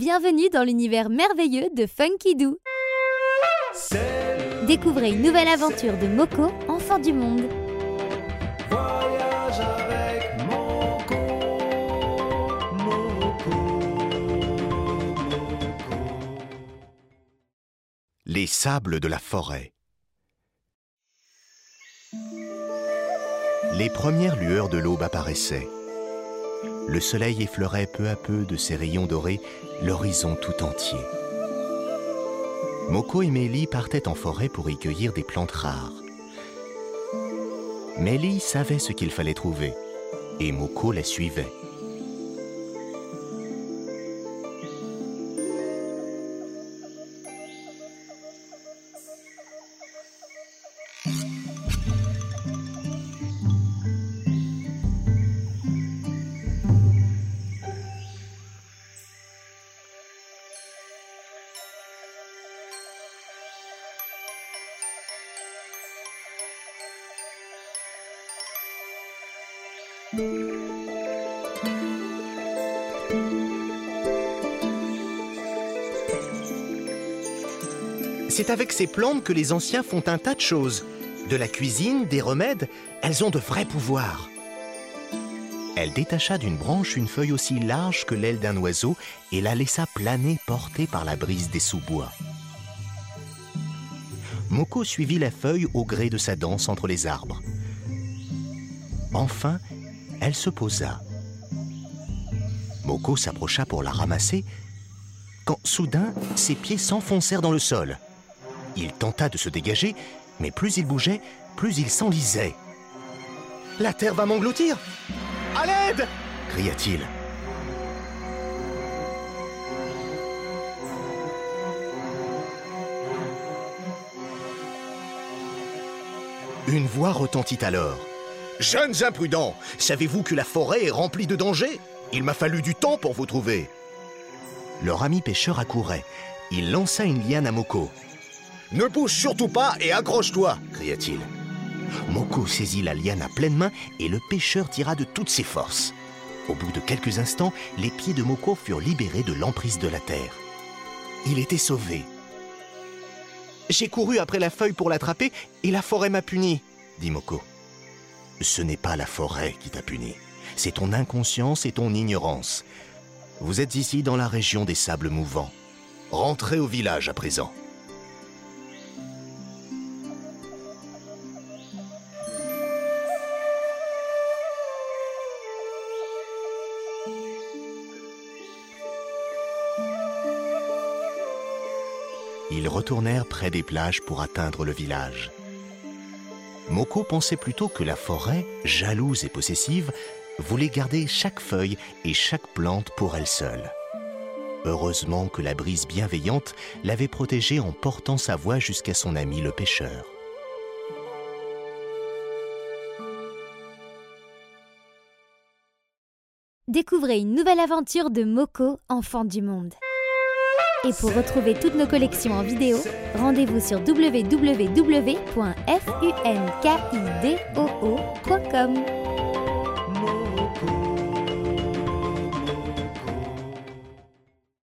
Bienvenue dans l'univers merveilleux de Funky Doo. Découvrez une nouvelle aventure de Moko, enfant du monde. Voyage avec Moko, Moko, Moko. Les sables de la forêt. Les premières lueurs de l'aube apparaissaient. Le soleil effleurait peu à peu de ses rayons dorés l'horizon tout entier. Moko et Mélie partaient en forêt pour y cueillir des plantes rares. Mélie savait ce qu'il fallait trouver, et Moko la suivait. C'est avec ces plantes que les anciens font un tas de choses. De la cuisine, des remèdes, elles ont de vrais pouvoirs. Elle détacha d'une branche une feuille aussi large que l'aile d'un oiseau et la laissa planer portée par la brise des sous-bois. Moko suivit la feuille au gré de sa danse entre les arbres. Enfin, elle se posa. Moko s'approcha pour la ramasser, quand soudain, ses pieds s'enfoncèrent dans le sol. Il tenta de se dégager, mais plus il bougeait, plus il s'enlisait. « La terre va m'engloutir ! À l'aide !» cria-t-il. Une voix retentit alors. « Jeunes imprudents, savez-vous que la forêt est remplie de dangers ? Il m'a fallu du temps pour vous trouver. » Leur ami pêcheur accourait. Il lança une liane à Moko. « Ne bouge surtout pas et accroche-toi !» cria-t-il. Moko saisit la liane à pleine main et le pêcheur tira de toutes ses forces. Au bout de quelques instants, les pieds de Moko furent libérés de l'emprise de la terre. Il était sauvé. « J'ai couru après la feuille pour l'attraper et la forêt m'a puni, » dit Moko. « Ce n'est pas la forêt qui t'a puni, c'est ton inconscience et ton ignorance. Vous êtes ici dans la région des sables mouvants. Rentrez au village à présent. » Ils retournèrent près des plages pour atteindre le village. Moko pensait plutôt que la forêt, jalouse et possessive, voulait garder chaque feuille et chaque plante pour elle seule. Heureusement que la brise bienveillante l'avait protégée en portant sa voix jusqu'à son ami le pêcheur. Découvrez une nouvelle aventure de Moko, enfant du monde. Et pour retrouver toutes nos collections en vidéo, rendez-vous sur www.funkidoo.com.